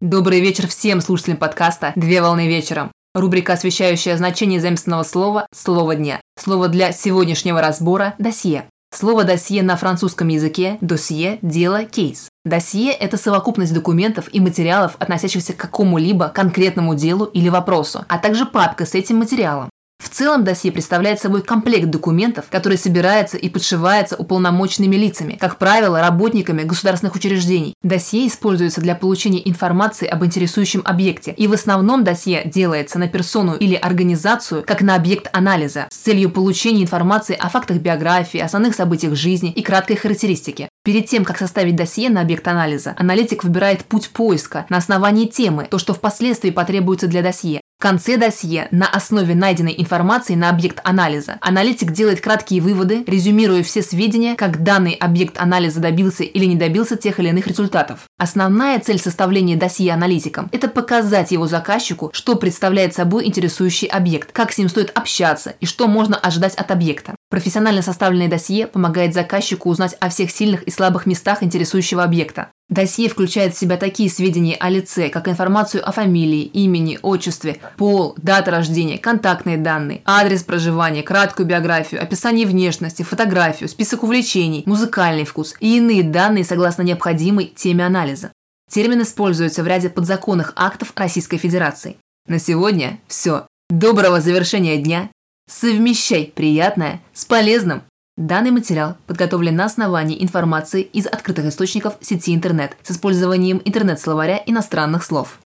Добрый вечер всем слушателям подкаста «Две волны вечером». Рубрика, освещающая значение заимственного слова «Слово дня». Слово для сегодняшнего разбора – «досье». Слово «досье» на французском языке – «досье», «дело», «кейс». Досье – это совокупность документов и материалов, относящихся к какому-либо конкретному делу или вопросу, а также папка с этим материалом. В целом досье представляет собой комплект документов, который собирается и подшивается уполномоченными лицами, как правило, работниками государственных учреждений. Досье используется для получения информации об интересующем объекте, и в основном досье делается на персону или организацию, как на объект анализа, с целью получения информации о фактах биографии, основных событиях жизни и краткой характеристике. Перед тем, как составить досье на объект анализа, аналитик выбирает путь поиска на основании темы, то, что впоследствии потребуется для досье. В конце досье, на основе найденной информации на объект анализа, аналитик делает краткие выводы, резюмируя все сведения, как данный объект анализа добился или не добился тех или иных результатов. Основная цель составления досье аналитиком – это показать его заказчику, что представляет собой интересующий объект, как с ним стоит общаться и что можно ожидать от объекта. Профессионально составленное досье помогает заказчику узнать о всех сильных и слабых местах интересующего объекта. Досье включает в себя такие сведения о лице, как информацию о фамилии, имени, отчестве, пол, дата рождения, контактные данные, адрес проживания, краткую биографию, описание внешности, фотографию, список увлечений, музыкальный вкус и иные данные согласно необходимой теме анализа. Термин используется в ряде подзаконных актов Российской Федерации. На сегодня все. Доброго завершения дня. Совмещай приятное с полезным. Данный материал подготовлен на основании информации из открытых источников сети интернет с использованием интернет-словаря иностранных слов.